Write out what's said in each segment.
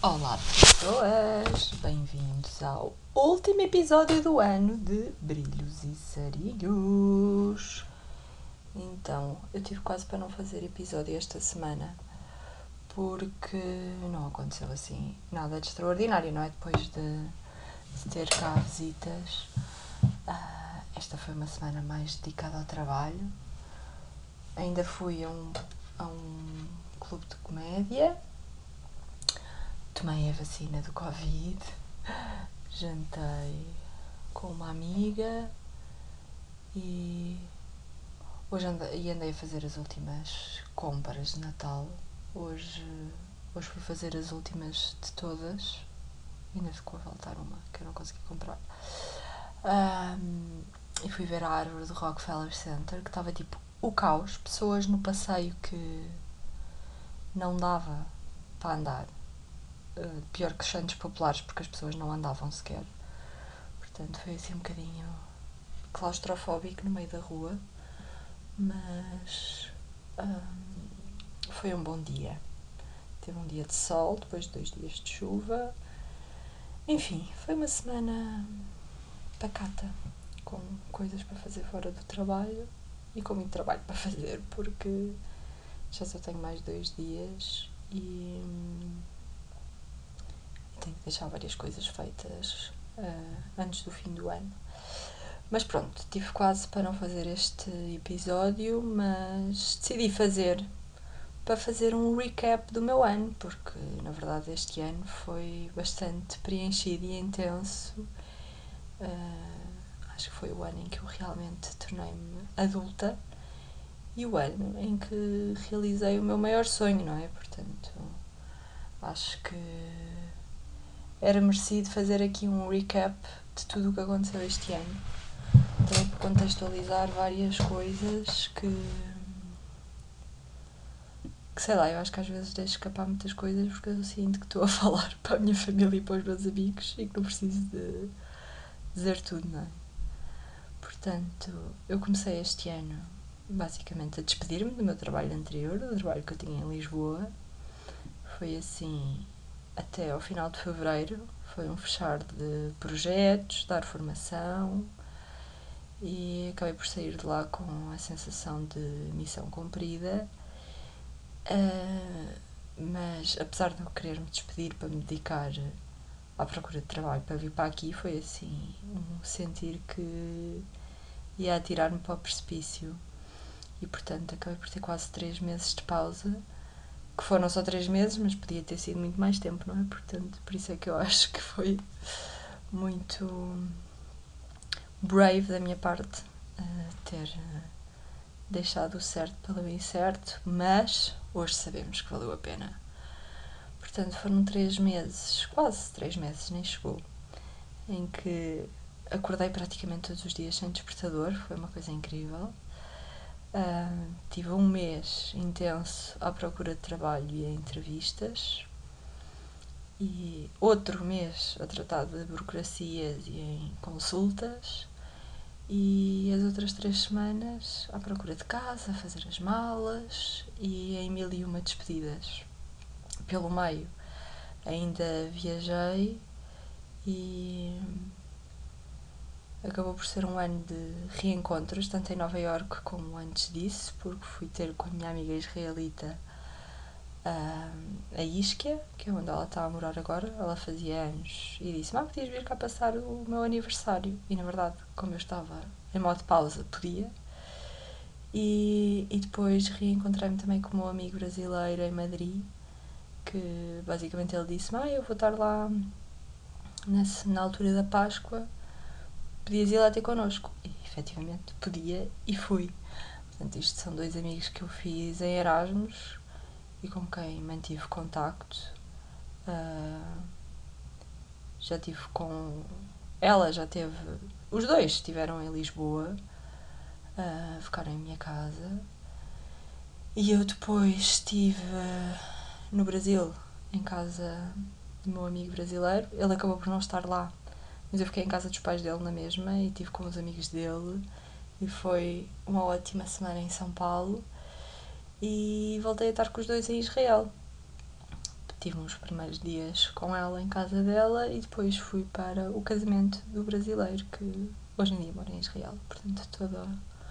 Olá pessoas, bem-vindos ao último episódio do ano de Brilhos e Sarilhos. Então, eu tive quase para não fazer episódio esta semana porque não aconteceu assim nada de extraordinário, não é? Depois de ter cá visitas, esta foi uma semana mais dedicada ao trabalho. Ainda fui a um clube de comédia. Tomei a vacina do Covid, jantei com uma amiga e hoje andei a fazer as últimas compras de Natal. Hoje fui fazer as últimas de todas, ainda ficou a faltar uma que eu não consegui comprar. E fui ver a árvore do Rockefeller Center, que estava tipo o caos, pessoas no passeio que não dava para andar. Pior que os santos populares, porque as pessoas não andavam sequer. Portanto, foi assim um bocadinho claustrofóbico no meio da rua, mas foi um bom dia. Teve um dia de sol, depois de 2 dias de chuva. Enfim, foi uma semana pacata, com coisas para fazer fora do trabalho e com muito trabalho para fazer, porque já só tenho mais 2 dias e tenho que deixar várias coisas feitas antes do fim do ano. Mas pronto, tive quase para não fazer este episódio, mas decidi fazer para fazer um recap do meu ano, porque na verdade este ano foi bastante preenchido e intenso. Acho que foi o ano em que eu realmente tornei-me adulta e o ano em que realizei o meu maior sonho, não é? Portanto, acho que era merecido fazer aqui um recap de tudo o que aconteceu este ano. Tenho que contextualizar várias coisas que sei lá, eu acho que às vezes deixo escapar muitas coisas porque eu sinto que estou a falar para a minha família e para os meus amigos e que não preciso de dizer tudo, não é? Portanto, eu comecei este ano basicamente a despedir-me do meu trabalho anterior, do trabalho que eu tinha em Lisboa. Foi assim até ao final de fevereiro, foi um fechar de projetos, dar formação e acabei por sair de lá com a sensação de missão cumprida. Mas apesar de eu querer me despedir para me dedicar à procura de trabalho para vir para aqui, foi assim um sentir que ia atirar-me para o precipício e portanto acabei por ter quase 3 meses de pausa, que foram só 3 meses, mas podia ter sido muito mais tempo, não é? Portanto, por isso é que eu acho que foi muito brave da minha parte ter deixado o certo pelo incerto, mas hoje sabemos que valeu a pena. Portanto, foram 3 meses, quase 3 meses, nem chegou, em que acordei praticamente todos os dias sem despertador, foi uma coisa incrível. Tive um mês intenso à procura de trabalho e a entrevistas, e outro mês a tratar de burocracias e em consultas, e as outras 3 semanas à procura de casa, a fazer as malas e em 1001 despedidas. Pelo meio ainda viajei e acabou por ser um ano de reencontros, tanto em Nova Iorque como antes disso, porque fui ter com a minha amiga israelita a Isquia, que é onde ela está a morar agora. Ela fazia anos e disse: podias vir cá passar o meu aniversário. E na verdade, como eu estava em modo de pausa, podia. E depois reencontrei-me também com o meu amigo brasileiro em Madrid, que basicamente ele disse: eu vou estar lá na altura da Páscoa, podias ir lá ter connosco. E efetivamente podia e fui. Portanto, isto são 2 amigos que eu fiz em Erasmus e com quem mantive contacto. Já tive com... Ela já teve... Os dois estiveram em Lisboa, ficaram em minha casa. E eu depois estive no Brasil, em casa do meu amigo brasileiro. Ele acabou por não estar lá, mas eu fiquei em casa dos pais dele na mesma e estive com os amigos dele. E foi uma ótima semana em São Paulo. E voltei a estar com os dois em Israel. tive uns primeiros dias com ela em casa dela e depois fui para o casamento do brasileiro que hoje em dia mora em Israel. Portanto, toda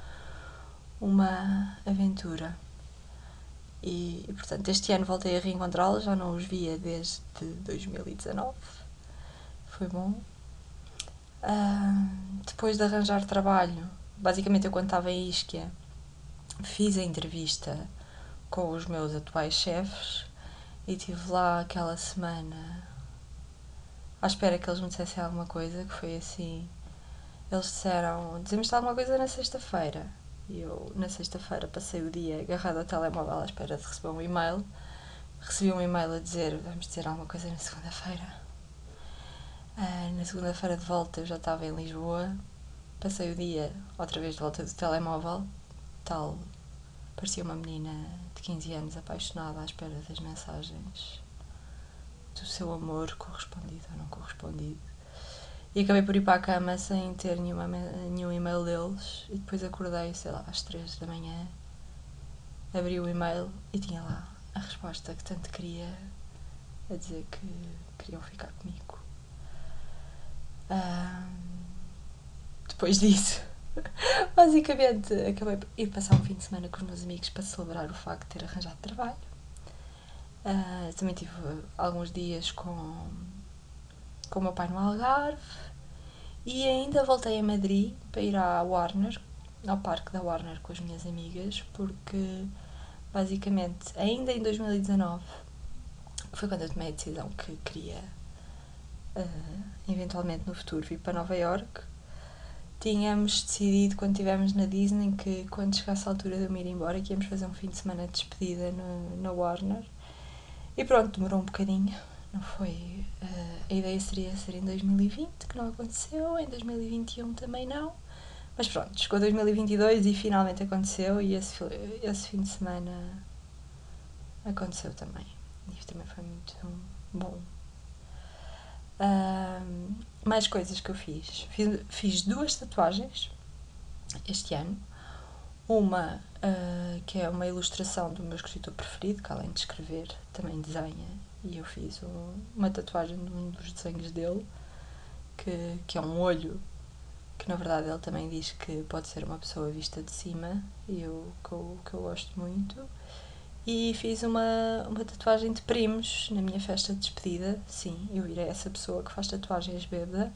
uma aventura. E portanto, este ano voltei a reencontrá-la, já não os via desde 2019. Foi bom. Depois de arranjar trabalho, basicamente eu quando estava em Isquia, fiz a entrevista com os meus atuais chefes e estive lá aquela semana à espera que eles me dissessem alguma coisa, que foi assim, eles disseram, dizemos-te alguma coisa na sexta-feira. E eu, na sexta-feira, passei o dia agarrado ao telemóvel à espera de receber um e-mail. Recebi um e-mail a dizer, vamos dizer alguma coisa na segunda-feira. Na segunda-feira de volta eu já estava em Lisboa. Passei o dia, outra vez de volta do telemóvel. Tal, parecia uma menina de 15 anos apaixonada à espera das mensagens do seu amor correspondido ou não correspondido. E acabei por ir para a cama sem ter nenhum e-mail deles. E depois acordei, sei lá, às 3 da manhã. Abri o e-mail e tinha lá a resposta que tanto queria, a dizer que queriam ficar comigo. Depois disso, basicamente, acabei por ir passar um fim de semana com os meus amigos para celebrar o facto de ter arranjado trabalho. Também tive alguns dias com o meu pai no Algarve. E ainda voltei a Madrid para ir à Warner, ao parque da Warner com as minhas amigas, porque basicamente, ainda em 2019, que foi quando eu tomei a decisão que queria eventualmente no futuro vir para Nova Iorque, tínhamos decidido quando estivemos na Disney que quando chegasse a altura de eu me ir embora que íamos fazer um fim de semana de despedida na Warner. E pronto, demorou um bocadinho. Não foi. A ideia seria ser em 2020, que não aconteceu, em 2021 também não. Mas pronto, chegou 2022 e finalmente aconteceu e esse fim de semana aconteceu também. E também foi muito bom. Mais coisas que eu fiz. Fiz 2 tatuagens este ano. Uma que é uma ilustração do meu escritor preferido, que além de escrever também desenha, e eu fiz uma tatuagem de um dos desenhos dele, que é um olho, que na verdade ele também diz que pode ser uma pessoa vista de cima, e que eu gosto muito. E fiz uma tatuagem de primos na minha festa de despedida. Sim, eu irei essa pessoa que faz tatuagens bêbada.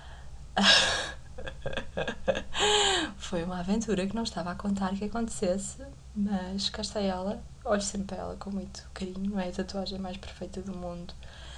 Foi uma aventura que não estava a contar que acontecesse, mas cá está ela. Olho sempre para ela com muito carinho. Não é a tatuagem mais perfeita do mundo,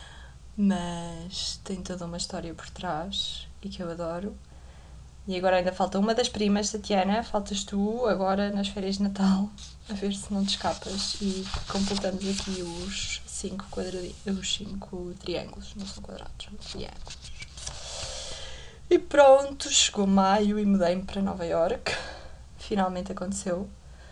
mas tem toda uma história por trás e que eu adoro. E agora ainda falta uma das primas, Tatiana, faltas tu agora nas férias de Natal, a ver se não te escapas e completamos aqui os 5 triângulos, não são quadrados, são triângulos. E pronto, chegou maio e mudei-me para Nova Iorque, finalmente aconteceu.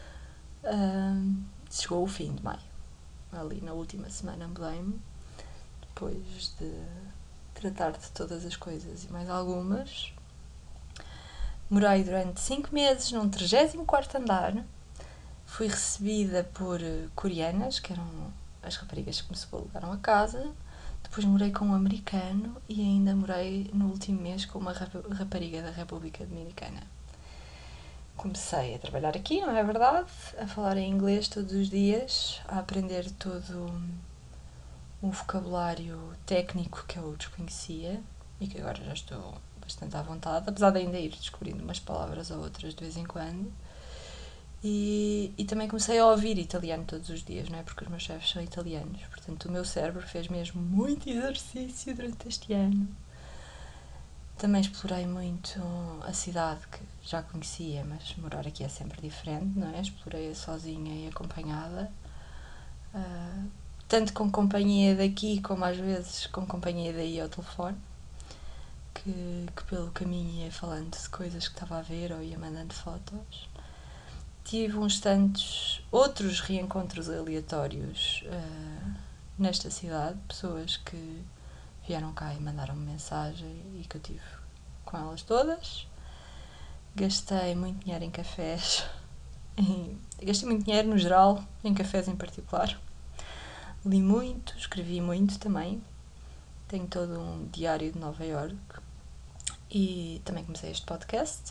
Chegou o fim de maio, ali na última semana mudei-me, depois de tratar de todas as coisas e mais algumas. Morei durante 5 meses num 34º andar. Fui recebida por coreanas, que eram as raparigas que me subalugaram a casa. Depois morei com um americano e ainda morei no último mês com uma rapariga da República Dominicana. Comecei a trabalhar aqui, não é verdade? A falar em inglês todos os dias, a aprender todo um vocabulário técnico que eu desconhecia e que agora já estou bastante à vontade, apesar de ainda ir descobrindo umas palavras ou outras de vez em quando. E também comecei a ouvir italiano todos os dias, não é? Porque os meus chefes são italianos, portanto o meu cérebro fez mesmo muito exercício durante este ano. Também explorei muito a cidade, que já conhecia, mas morar aqui é sempre diferente, não é? Explorei-a sozinha e acompanhada, tanto com companhia daqui como às vezes com companhia daí ao telefone. Que pelo caminho ia falando de coisas que estava a ver ou ia mandando fotos. Tive uns tantos outros reencontros aleatórios nesta cidade, pessoas que vieram cá e mandaram-me mensagem e que eu tive com elas todas. Gastei muito dinheiro em cafés, gastei muito dinheiro no geral, em cafés em particular. Li muito, escrevi muito também. Tenho todo um diário de Nova Iorque e também comecei este podcast.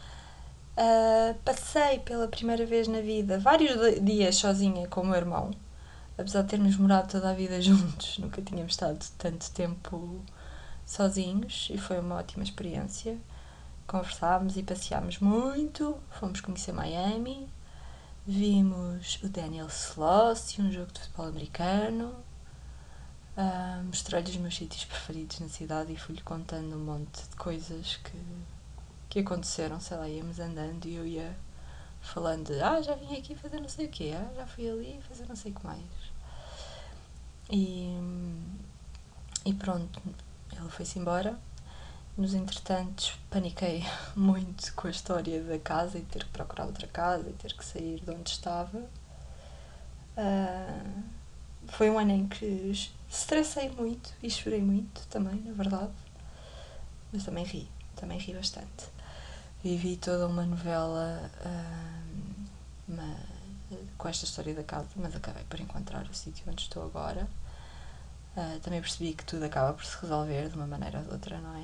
Passei pela primeira vez na vida vários dias sozinha com o meu irmão. Apesar de termos morado toda a vida juntos, nunca tínhamos estado tanto tempo sozinhos e foi uma ótima experiência. Conversámos e passeámos muito, fomos conhecer Miami, vimos o Daniel Sloss, um jogo de futebol americano, mostrei-lhe os meus sítios preferidos na cidade e fui-lhe contando um monte de coisas que aconteceram, sei lá, íamos andando e eu ia falando de já vim aqui fazer não sei o quê, já fui ali fazer não sei o que mais. E pronto, ele foi-se embora. Nos entretantos paniquei muito com a história da casa e ter que procurar outra casa e ter que sair de onde estava. Foi um ano em que estressei muito e chorei muito também, na verdade. Mas também ri bastante. Vivi toda uma novela com esta história da casa, mas acabei por encontrar o sítio onde estou agora. Também percebi que tudo acaba por se resolver de uma maneira ou de outra, não é?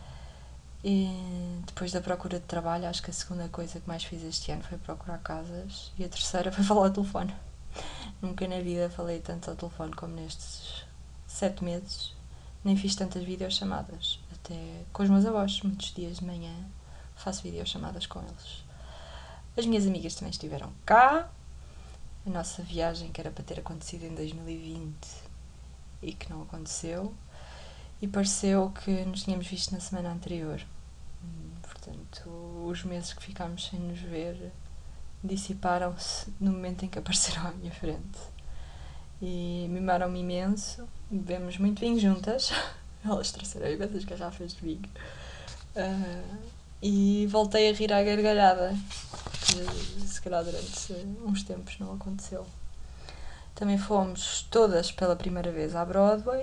E depois da procura de trabalho, acho que a segunda coisa que mais fiz este ano foi procurar casas e a terceira foi falar ao telefone. Nunca na vida falei tanto ao telefone como nestes 7 meses. Nem fiz tantas videochamadas, até com os meus avós. Muitos dias de manhã faço videochamadas com eles. As minhas amigas também estiveram cá. A nossa viagem, que era para ter acontecido em 2020 e que não aconteceu, e pareceu que nos tínhamos visto na semana anterior. Portanto, os meses que ficámos sem nos ver dissiparam-se no momento em que apareceram à minha frente. E mimaram-me imenso, bebemos muito vinho juntas, elas trouxeram imensas garrafas de vinho, e voltei a rir à gargalhada, que se calhar durante uns tempos não aconteceu. Também fomos todas pela primeira vez à Broadway.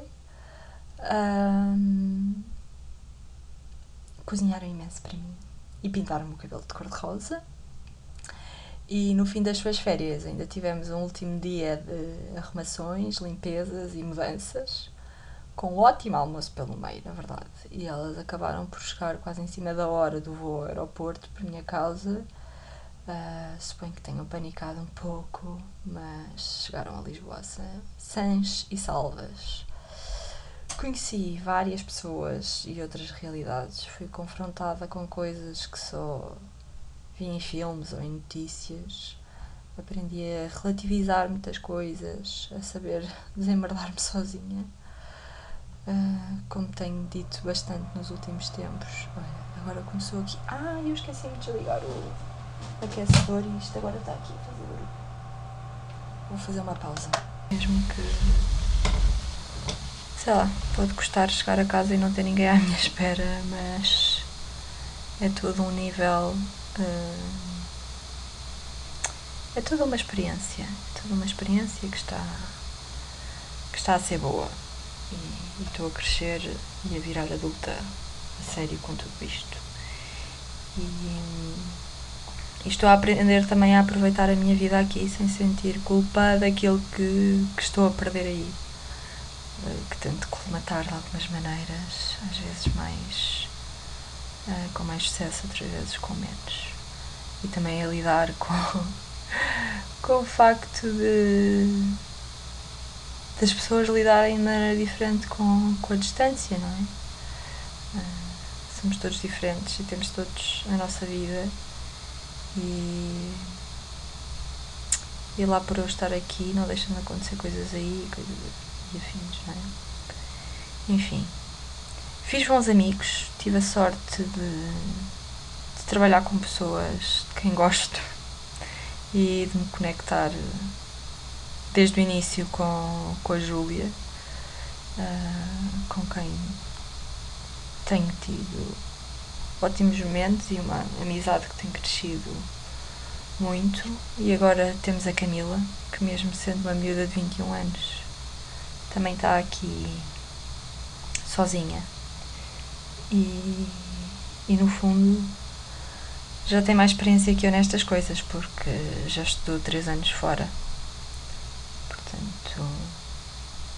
Cozinharam imenso para mim e pintaram-me o cabelo de cor-de-rosa. E no fim das suas férias ainda tivemos um último dia de arrumações, limpezas e mudanças, com um ótimo almoço pelo meio, na verdade. E elas acabaram por chegar quase em cima da hora do voo ao aeroporto por minha causa. Suponho que tenham panicado um pouco, mas chegaram a Lisboa sãs e salvas. Conheci várias pessoas e outras realidades. Fui confrontada com coisas que só vi em filmes ou em notícias. Aprendi a relativizar muitas coisas, a saber desemmerdar-me sozinha. Como tenho dito bastante nos últimos tempos. Olha, agora começou aqui. Eu esqueci-me de desligar o aquecedor e isto agora está aqui a fazer barulho. Vou fazer uma pausa. Mesmo que, sei lá, pode custar chegar a casa e não ter ninguém à minha espera, mas é todo um nível, é toda uma experiência que está a ser boa e estou a crescer e a virar adulta a sério com tudo isto e estou a aprender também a aproveitar a minha vida aqui sem sentir culpa daquilo que estou a perder aí, que tento colmatar de algumas maneiras, às vezes mais com mais sucesso, outras vezes com menos, e também a lidar com o facto das pessoas lidarem de maneira diferente com a distância, não é? Somos todos diferentes e temos todos a nossa vida e lá por eu estar aqui não deixam de acontecer coisas aí e afins, não é? Enfim, fiz bons amigos, tive a sorte de trabalhar com pessoas de quem gosto e de me conectar desde o início com a Júlia, com quem tenho tido ótimos momentos e uma amizade que tem crescido muito. E agora temos a Camila, que mesmo sendo uma miúda de 21 anos, também está aqui sozinha e no fundo já tem mais experiência que eu nestas coisas, porque já estudou 3 anos fora. Portanto,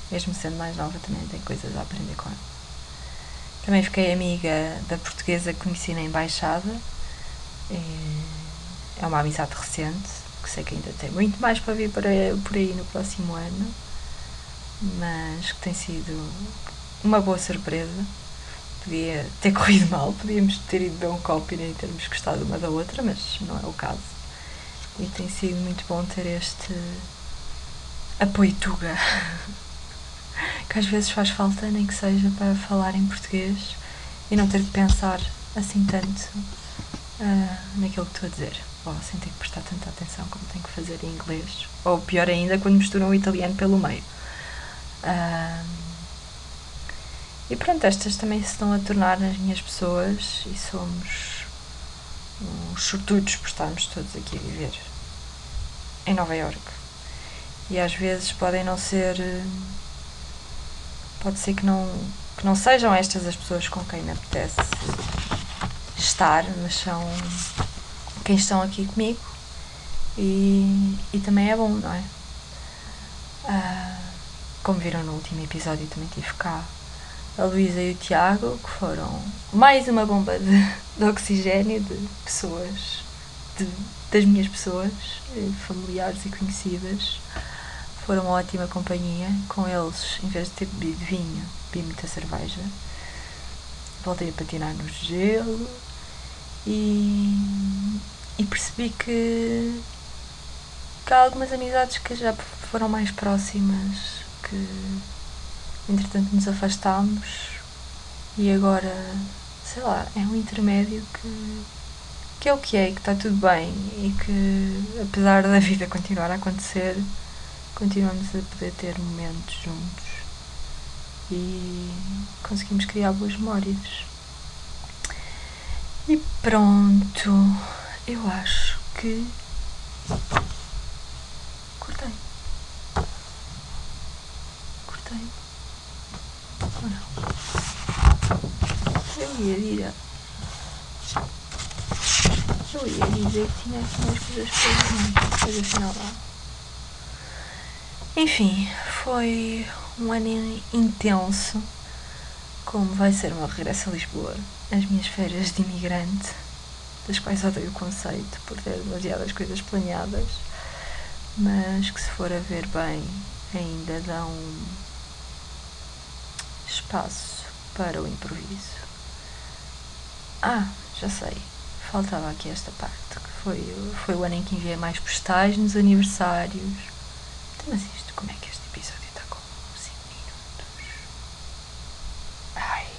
mesmo sendo mais nova, também tenho coisas a aprender com ela. Também fiquei amiga da portuguesa que conheci na embaixada. É uma amizade recente, que sei que ainda tem muito mais para vir por aí no próximo ano, mas que tem sido uma boa surpresa. Podia ter corrido mal, podíamos ter ido ver um copo e nem termos gostado uma da outra, mas não é o caso. E tem sido muito bom ter este apoio tuga, que às vezes faz falta, nem que seja para falar em português e não ter que pensar assim tanto naquilo que estou a dizer, ou sem ter que prestar tanta atenção como tenho que fazer em inglês, ou pior ainda, quando misturam o italiano pelo meio. E pronto, estas também se estão a tornar as minhas pessoas e somos uns sortudos por estarmos todos aqui a viver em Nova Iorque. E às vezes podem não ser. Pode ser que não sejam estas as pessoas com quem me apetece estar, mas são quem estão aqui comigo e também é bom, não é? Como viram no último episódio, também tive cá a Luísa e o Tiago, que foram mais uma bomba de oxigénio de pessoas, das minhas pessoas, familiares e conhecidas. Foram uma ótima companhia. Com eles, em vez de ter bebido vinho, bebi muita cerveja. Voltei a patinar no gelo e percebi que há algumas amizades que já foram mais próximas, que entretanto nos afastámos e agora, sei lá, é um intermédio que é o que é, que está tudo bem e que, apesar da vida continuar a acontecer, continuamos a poder ter momentos juntos e conseguimos criar boas memórias. E pronto, eu acho que cortei ou não? Eu ia dizer que tinha aqui umas coisas para mas afinal não. Enfim, foi um ano intenso, como vai ser o meu regresso a Lisboa, as minhas férias de imigrante, das quais odeio o conceito por ter demasiadas coisas planeadas, mas que, se for a ver bem, ainda dão espaço para o improviso. Já sei, faltava aqui esta parte, que foi o ano em que enviei mais postais nos aniversários. Mas isto, como é que este episódio está com 5 minutos? Ai.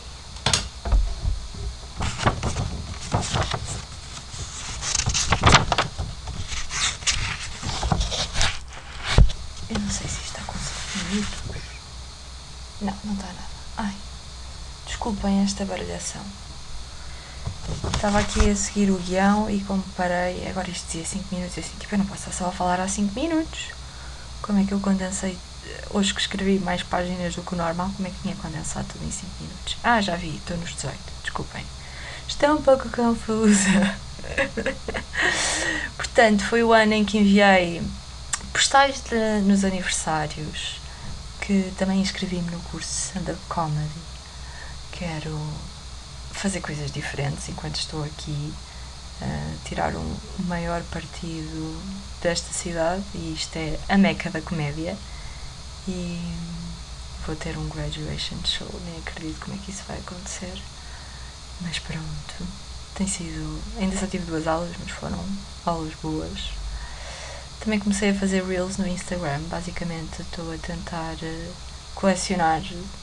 Eu não sei se isto está com 5 minutos. Não está nada. Ai. Desculpem esta baralhação. Estava aqui a seguir o guião e como parei, agora isto dizia 5 minutos, assim, tipo, eu não posso só falar há 5 minutos. Como é que eu condensei, hoje que escrevi mais páginas do que o normal, como é que tinha condensado tudo em 5 minutos? Já vi, estou nos 18, desculpem. Estou um pouco confusa. Portanto, foi o ano em que enviei postais nos aniversários, que também inscrevi-me no curso de stand-up comedy. Quero fazer coisas diferentes enquanto estou aqui, tirar um maior partido desta cidade, e isto é a meca da comédia, e vou ter um graduation show, nem acredito como é que isso vai acontecer, mas pronto, tem sido, ainda só tive 2 aulas, mas foram aulas boas. Também comecei a fazer reels no Instagram, basicamente estou a tentar colecionar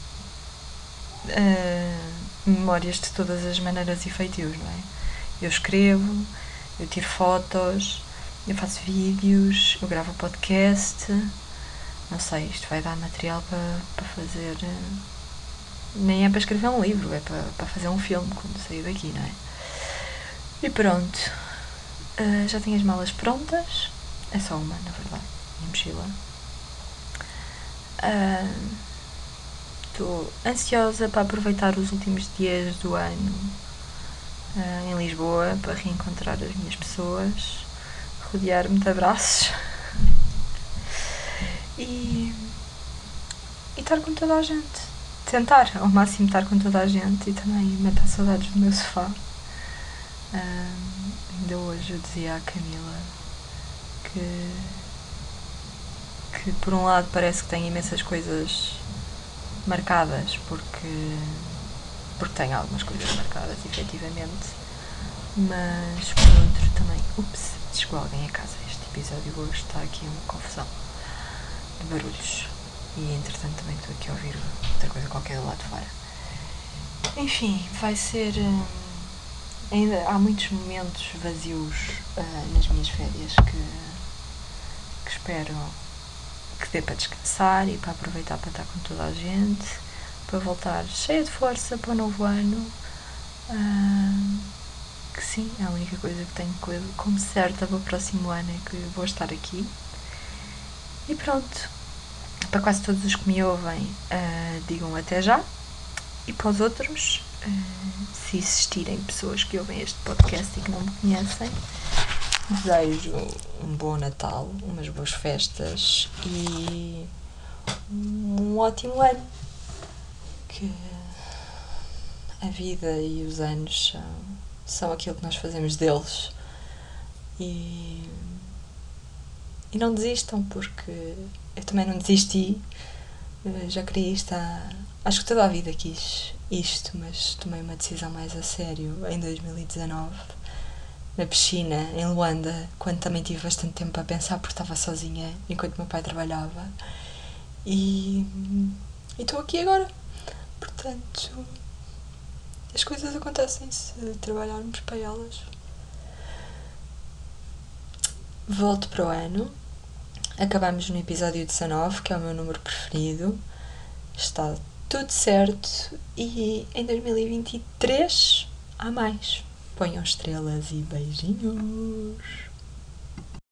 memórias de todas as maneiras e feitios, não é? Eu escrevo, eu tiro fotos, eu faço vídeos, eu gravo podcast, não sei, isto vai dar material para fazer, nem é para escrever um livro, é para fazer um filme quando sair daqui, não é? E pronto, já tenho as malas prontas, é só uma, na verdade, minha mochila. Estou ansiosa para aproveitar os últimos dias do ano em Lisboa, para reencontrar as minhas pessoas, rodear-me de abraços e e estar com toda a gente. Tentar ao máximo estar com toda a gente e também matar saudades do meu sofá. Ainda hoje eu dizia à Camila que por um lado parece que tenho imensas coisas marcadas, porque tenho algumas coisas marcadas, efetivamente, mas por outro também, chegou alguém a casa. Este episódio hoje está aqui uma confusão de barulhos e entretanto também estou aqui a ouvir outra coisa qualquer do lado de fora. Enfim, vai ser... ainda há muitos momentos vazios nas minhas férias que espero que dê para descansar e para aproveitar para estar com toda a gente, para voltar cheia de força para o novo ano. Que sim, é a única coisa que tenho como certa para o próximo ano é que vou estar aqui. E pronto, para quase todos os que me ouvem, digam até já. E para os outros, se existirem pessoas que ouvem este podcast e que não me conhecem, desejo um bom Natal, umas boas festas e um ótimo ano. Que a vida e os anos são aquilo que nós fazemos deles. E não desistam, porque eu também não desisti. Já queria isto acho que toda a vida quis isto, mas tomei uma decisão mais a sério em 2019, na piscina, em Luanda, quando também tive bastante tempo a pensar, porque estava sozinha enquanto meu pai trabalhava. E estou aqui agora. Portanto, as coisas acontecem se trabalharmos para elas. Volto para o ano. Acabamos no episódio 19, que é o meu número preferido. Está tudo certo e em 2023 há mais. Ponham estrelas e beijinhos.